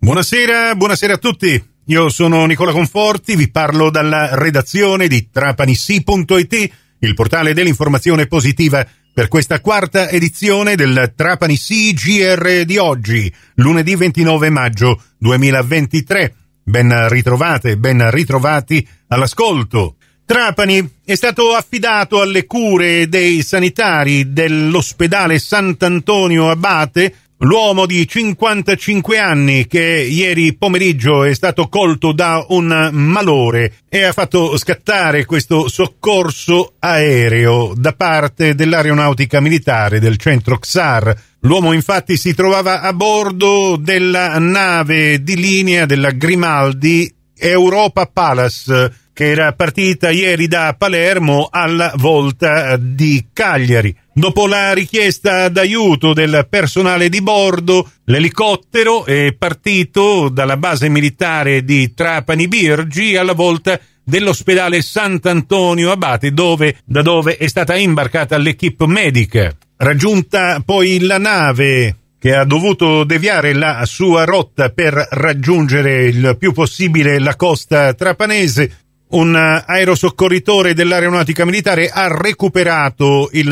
Buonasera a tutti. Io sono Nicola Conforti, vi parlo dalla redazione di trapanissi.it, il portale dell'informazione positiva, per questa quarta edizione del Trapanissi GR di oggi, lunedì 29 maggio 2023. Ben ritrovate, ben ritrovati all'ascolto. Trapani è stato affidato alle cure dei sanitari dell'ospedale Sant'Antonio Abate l'uomo di 55 anni che ieri pomeriggio è stato colto da un malore e ha fatto scattare questo soccorso aereo da parte dell'aeronautica militare del centro XAR. L'uomo infatti si trovava a bordo della nave di linea della Grimaldi Europa Palace, che era partita ieri da Palermo alla volta di Cagliari. Dopo la richiesta d'aiuto del personale di bordo, l'elicottero è partito dalla base militare di Trapani Birgi alla volta dell'ospedale Sant'Antonio Abate, da dove è stata imbarcata l'equipe medica. Raggiunta poi la nave, che ha dovuto deviare la sua rotta per raggiungere il più possibile la costa trapanese, un aerosoccorritore dell'aeronautica militare ha recuperato il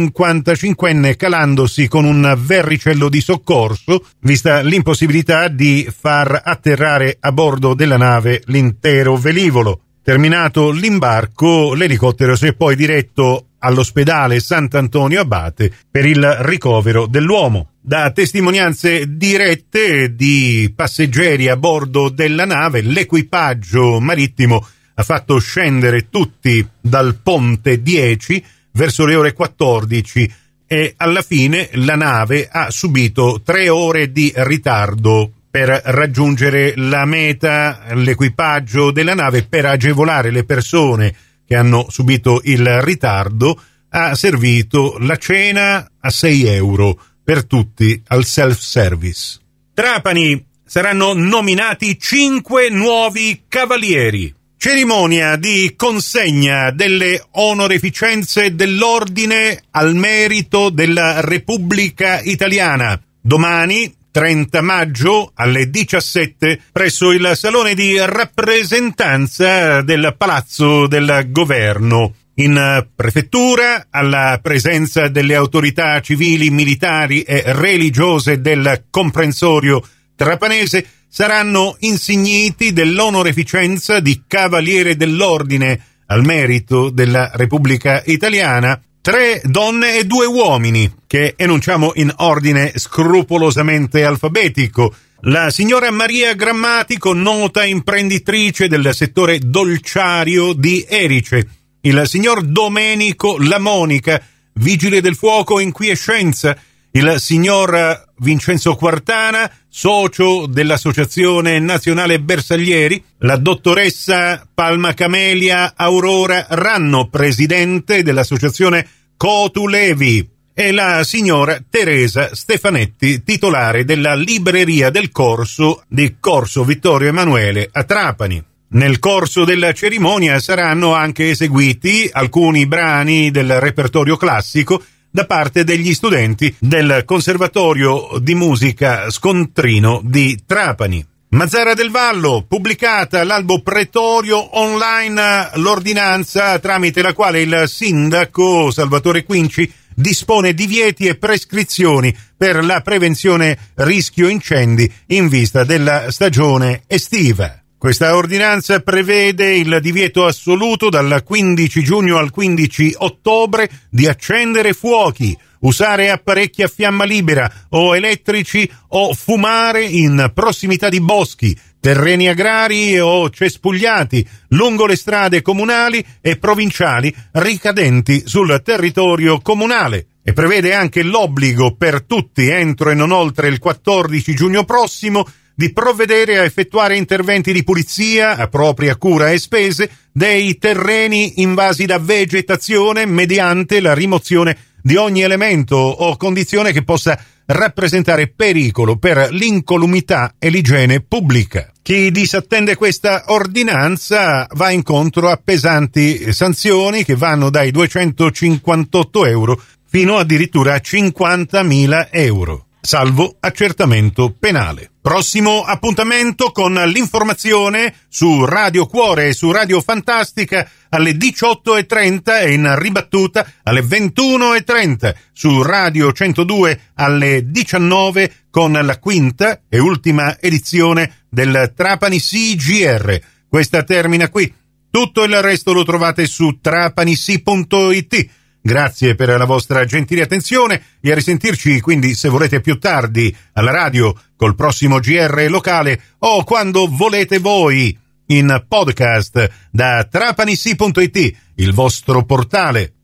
55enne calandosi con un verricello di soccorso, vista l'impossibilità di far atterrare a bordo della nave l'intero velivolo. Terminato l'imbarco, l'elicottero si è poi diretto all'ospedale Sant'Antonio Abate per il ricovero dell'uomo. Da testimonianze dirette di passeggeri a bordo della nave, l'equipaggio marittimo ha fatto scendere tutti dal ponte 10 verso le ore 14 e alla fine la nave ha subito 3 ore di ritardo per raggiungere la meta. L'equipaggio della nave, per agevolare le persone che hanno subito il ritardo, ha servito la cena a 6 euro per tutti al self-service. Trapani saranno nominati 5 nuovi cavalieri. Cerimonia di consegna delle onoreficenze dell'Ordine al Merito della Repubblica Italiana. Domani, 30 maggio, alle 17, presso il Salone di Rappresentanza del Palazzo del Governo. In prefettura, alla presenza delle autorità civili, militari e religiose del comprensorio trapanese, saranno insigniti dell'onoreficenza di Cavaliere dell'Ordine al Merito della Repubblica Italiana 3 donne e 2 uomini, che enunciamo in ordine scrupolosamente alfabetico. La signora Maria Grammatico, nota imprenditrice del settore dolciario di Erice. Il signor Domenico Lamonica, vigile del fuoco in quiescenza. Il signor Vincenzo Quartana, socio dell'Associazione Nazionale Bersaglieri, la dottoressa Palma Camelia Aurora Ranno, presidente dell'Associazione Cotu Levi, e la signora Teresa Stefanetti, titolare della Libreria del Corso di Corso Vittorio Emanuele a Trapani. Nel corso della cerimonia saranno anche eseguiti alcuni brani del repertorio classico da parte degli studenti del Conservatorio di Musica Scontrino di Trapani. Mazzara del Vallo, pubblicata l'albo pretorio online l'ordinanza tramite la quale il sindaco Salvatore Quinci dispone divieti e prescrizioni per la prevenzione rischio incendi in vista della stagione estiva. Questa ordinanza prevede il divieto assoluto dal 15 giugno al 15 ottobre di accendere fuochi, usare apparecchi a fiamma libera o elettrici o fumare in prossimità di boschi, terreni agrari o cespugliati, lungo le strade comunali e provinciali ricadenti sul territorio comunale. E prevede anche l'obbligo per tutti entro e non oltre il 14 giugno prossimo di provvedere a effettuare interventi di pulizia a propria cura e spese dei terreni invasi da vegetazione mediante la rimozione di ogni elemento o condizione che possa rappresentare pericolo per l'incolumità e l'igiene pubblica. Chi disattende questa ordinanza va incontro a pesanti sanzioni che vanno dai 258 euro fino addirittura a 50.000 euro. salvo accertamento penale. Prossimo appuntamento con l'informazione su Radio Cuore e su Radio Fantastica alle 18:30 e in ribattuta alle 21:30 su Radio 102 alle 19 con la quinta e ultima edizione del Trapani CGR. Questa termina qui. Tutto il resto lo trovate su trapanisi.it. Grazie per la vostra gentile attenzione e a risentirci quindi se volete più tardi alla radio col prossimo GR locale o quando volete voi in podcast da trapanisi.it, il vostro portale